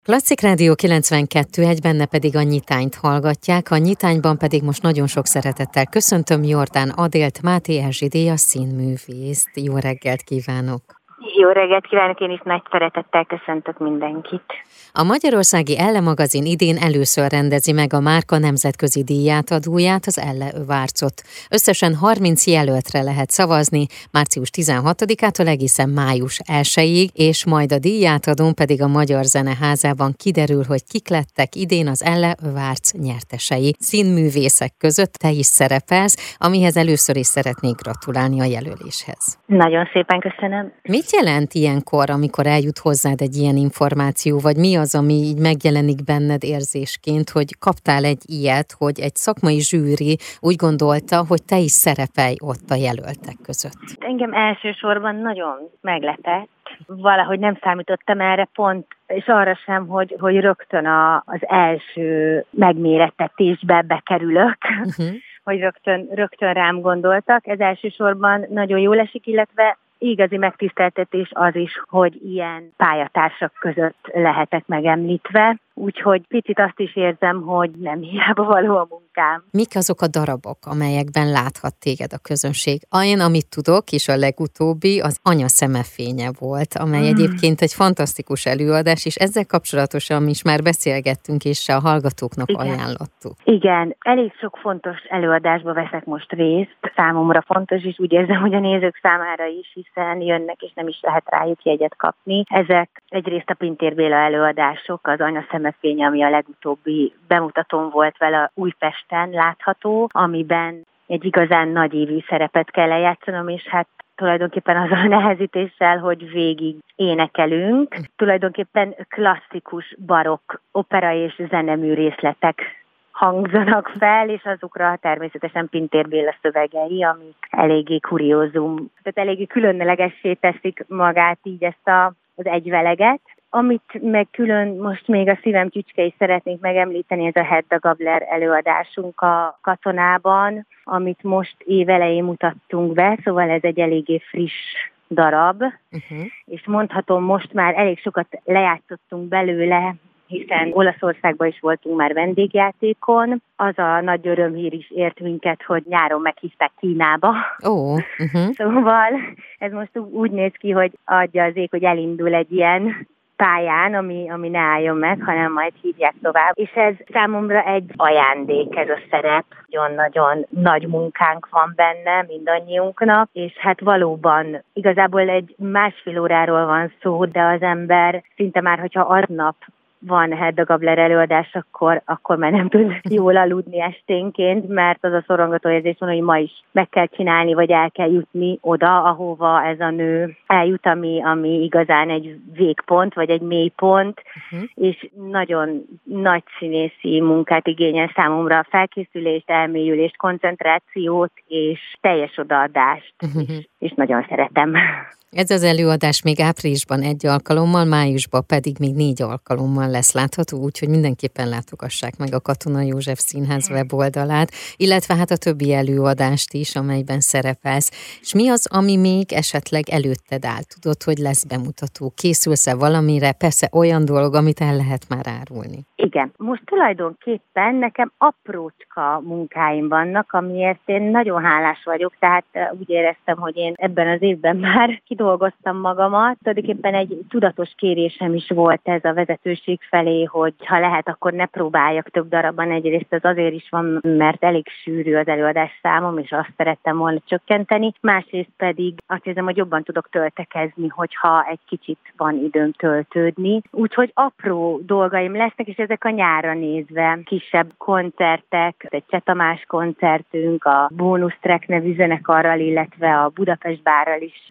Klasszik Rádió 92.1, benne pedig a Nyitányt hallgatják, a Nyitányban pedig most nagyon sok szeretettel köszöntöm Jordán Adélt, Máté Erzsidéa színművészt. Jó reggelt kívánok! Jó reggelt kívánok, én is nagy szeretettel köszöntök mindenkit. A Magyarországi Elle magazin idén először rendezi meg a márka nemzetközi díjátadóját, az Elle Awardot. Összesen 30 jelöltre lehet szavazni, március 16-ától egészen május 1-ig, és majd a díjátadón pedig a Magyar Zeneházában kiderül, hogy kik lettek idén az Elle Awards nyertesei. Színművészek között te is szerepelsz, amihez először is szeretnék gratulálni a jelöléshez. Nagyon szépen köszönöm. Mit jelent ilyenkor, amikor eljut hozzád egy ilyen információ, vagy mi az, ami így megjelenik benned érzésként, hogy kaptál egy ilyet, hogy egy szakmai zsűri úgy gondolta, hogy te is szerepelj ott a jelöltek között? Engem elsősorban nagyon meglepett. Valahogy nem számítottam erre pont, és arra sem, hogy rögtön az első megmérettetésbe bekerülök. Hogy rögtön rám gondoltak. Ez elsősorban nagyon jól esik, illetve igazi megtiszteltetés az is, hogy ilyen pályatársak között lehetek megemlítve. Úgyhogy picit azt is érzem, hogy nem hiába való a munkám. Mik azok a darabok, amelyekben láthat téged a közönség? Én, amit tudok, és a legutóbbi, az Anya szeme fénye volt, amely egyébként egy fantasztikus előadás, és ezzel kapcsolatosan is már beszélgettünk, és a hallgatóknak ajánlottuk. Igen, elég sok fontos előadásba veszek most részt, számomra fontos, és úgy érzem, hogy a nézők számára is, hiszen jönnek, és nem is lehet rájuk jegyet kapni. Ezek egyrészt a Pintér Béla előadások, az Anya szeme fénye, ami a legutóbbi bemutatón volt vele Újpesten látható, amiben egy igazán nagyívű szerepet kell eljátszanom, és hát tulajdonképpen azzal a nehezítéssel, hogy végig énekelünk. Tulajdonképpen klasszikus barokk opera és zenemű részletek hangzanak fel, és azokra természetesen Pintér Béla szövegei, amik eléggé kuriózum, tehát eléggé különlegessé teszik magát így ezt az egyveleget. Amit meg külön most még a szívem csücskei szeretnék megemlíteni, ez a Hedda Gabler előadásunk a Katonában, amit most évelején mutattunk be, szóval ez egy eléggé friss darab, és mondhatom, most már elég sokat lejátszottunk belőle, hiszen Olaszországban is voltunk már vendégjátékon. Az a nagy örömhír is ért minket, hogy nyáron meghívták Kínába. Szóval ez most úgy néz ki, hogy adja az ég, hogy elindul egy ilyen pályán, ami ne álljon meg, hanem majd hívják tovább. És ez számomra egy ajándék, ez a szerep. Nagyon-nagyon nagy munkánk van benne mindannyiunknak, és hát valóban igazából egy 1,5 óráról van szó, de az ember szinte már, hogyha aznap van Hedda Gabler előadás, akkor már nem tud jól aludni esténként, mert az a szorongató érzés van, hogy ma is meg kell csinálni, vagy el kell jutni oda, ahova ez a nő eljut, ami igazán egy végpont, vagy egy mélypont, és nagyon nagy színészi munkát igényel számomra a felkészülést, elmélyülést, koncentrációt, és teljes odaadást, és nagyon szeretem. Ez az előadás még áprilisban 1 alkalommal, májusban pedig még 4 alkalommal lesz látható, úgyhogy mindenképpen látogassák meg a Katona József Színház weboldalát, illetve hát a többi előadást is, amelyben szerepelsz. És mi az, ami még esetleg előtted áll? Tudod, hogy lesz bemutató? Készülsz-e valamire? Persze olyan dolog, amit el lehet már árulni. Igen. Most tulajdonképpen nekem aprócska munkáim vannak, amiért én nagyon hálás vagyok, tehát úgy éreztem, hogy én ebben az évben már kidolgoztam magamat. Tulajdonképpen egy tudatos kérésem is volt ez a vezetőség felé, hogy ha lehet, akkor ne próbáljak több darabban. Egyrészt az azért is van, mert elég sűrű az előadás számom, és azt szerettem volna csökkenteni. Másrészt pedig azt hiszem, hogy jobban tudok töltekezni, hogyha egy kicsit van időm töltődni. Úgyhogy apró dolgaim lesznek, és ezek a nyárra nézve kisebb koncertek, egy Cseh Tamás koncertünk, a Bónusz Track nevű zenekarral, illetve a Budapest Bárral is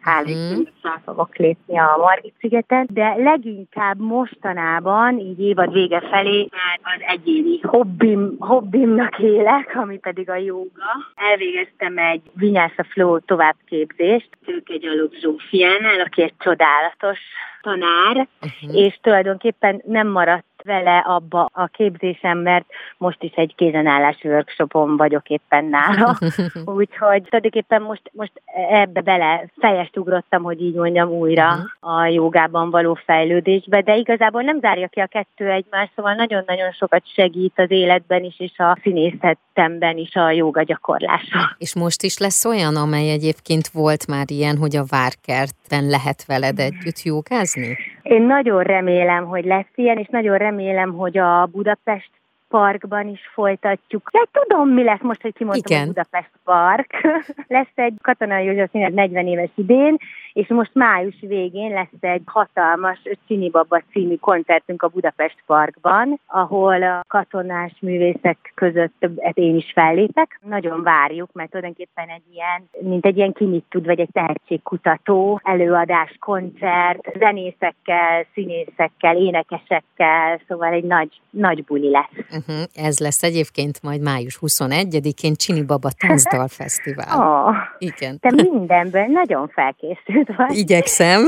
fel fogok lépni a Margit-szigeten, de leginkább mostanában, így évad vége felé már az egyéni hobbimnak élek, ami pedig a jóga. Elvégeztem egy Vinyasa Flow továbbképzést Tőke-Gyalog Zsófiánál, aki egy csodálatos tanár, és tulajdonképpen nem maradt vele abba a képzésem, mert most is egy kézenállás workshopon vagyok éppen nála. Úgyhogy tulajdonképpen most ebbe bele fejest ugrottam, hogy így mondjam újra a jogában való fejlődésbe, de igazából nem zárja ki a kettő egymást, szóval nagyon-nagyon sokat segít az életben is, és a színészetemben is a jóga gyakorlása. És most is lesz olyan, amely egyébként volt már ilyen, hogy a Várkertben lehet veled együtt jogázni? Én nagyon remélem, hogy lesz ilyen, és nagyon remélem, hogy a Budapest Parkban is folytatjuk. De tudom, mi lesz most, hogy kimondtam, a Budapest Park. Lesz egy Katonai József színház 40 éves idén, és most május végén lesz egy hatalmas Csini Baba című koncertünk a Budapest Parkban, ahol a katonás művészek között én is fellépek. Nagyon várjuk, mert tulajdonképpen mint egy ilyen ki mit tud, vagy egy tehetségkutató előadás, koncert, zenészekkel, színészekkel, énekesekkel, szóval egy nagy buli lesz. Ez lesz egyébként majd május 21-én Csini Baba Táncdalfesztivál. Igen. Te mindenből nagyon felkészült vagy. Igyekszem.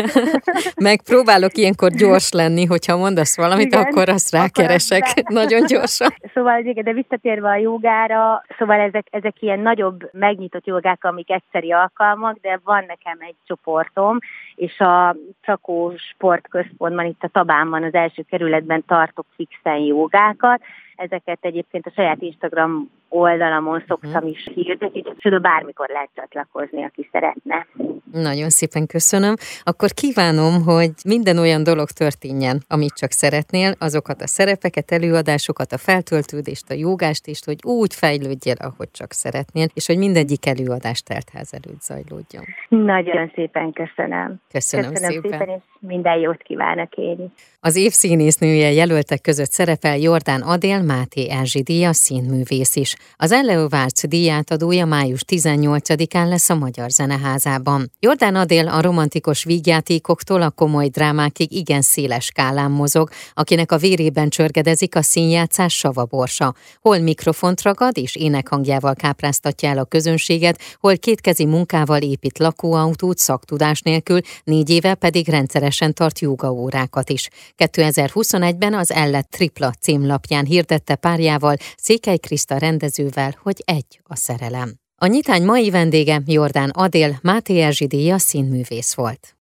Megpróbálok ilyenkor gyors lenni, hogyha mondasz valamit, igen, akkor azt rákeresek nagyon gyorsan. Szóval, de visszatérve a jogára, szóval ezek ilyen nagyobb megnyitott jogák, amik egyszeri alkalmak, de van nekem egy csoportom, és a Csakó Sportközpontban, itt a Tabánban, az első kerületben tartok fixen jogákat. Ezeket egyébként a saját Instagram oldalamon szoktam is hirdetni, és bármikor lehet csatlakozni, aki szeretne. Nagyon szépen köszönöm. Akkor kívánom, hogy minden olyan dolog történjen, amit csak szeretnél, azokat a szerepeket, előadásokat, a feltöltődést, a jogást is, hogy úgy fejlődjél, ahogy csak szeretnél, és hogy mindegyik előadás teltház előtt zajlódjon. Nagyon szépen köszönöm. Köszönöm szépen, és minden jót kívánok én is. Az év színésznője jelöltek között szerepel Jordán Adél Máté Erzsi díjas színművész is. Az Ellő Várc díjátadója május 18-án lesz a Magyar Zeneházában. Jordán Adél a romantikus vígjátékoktól a komoly drámákig igen széles skálán mozog, akinek a vérében csörgedezik a színjátszás savaborsa. Hol mikrofont ragad és énekhangjával kápráztatja el a közönséget, hol kétkezi munkával épít lakóautót szaktudás nélkül, 4 éve pedig rendszeresen tart jógaórákat is. 2021-ben az Elle Tripla címlapján hirdette párjával, Székely Kriszta rendezővel, hogy egy a szerelem. A nyitány mai vendége Jordán Adél Máté Erzsi díjas színművész volt.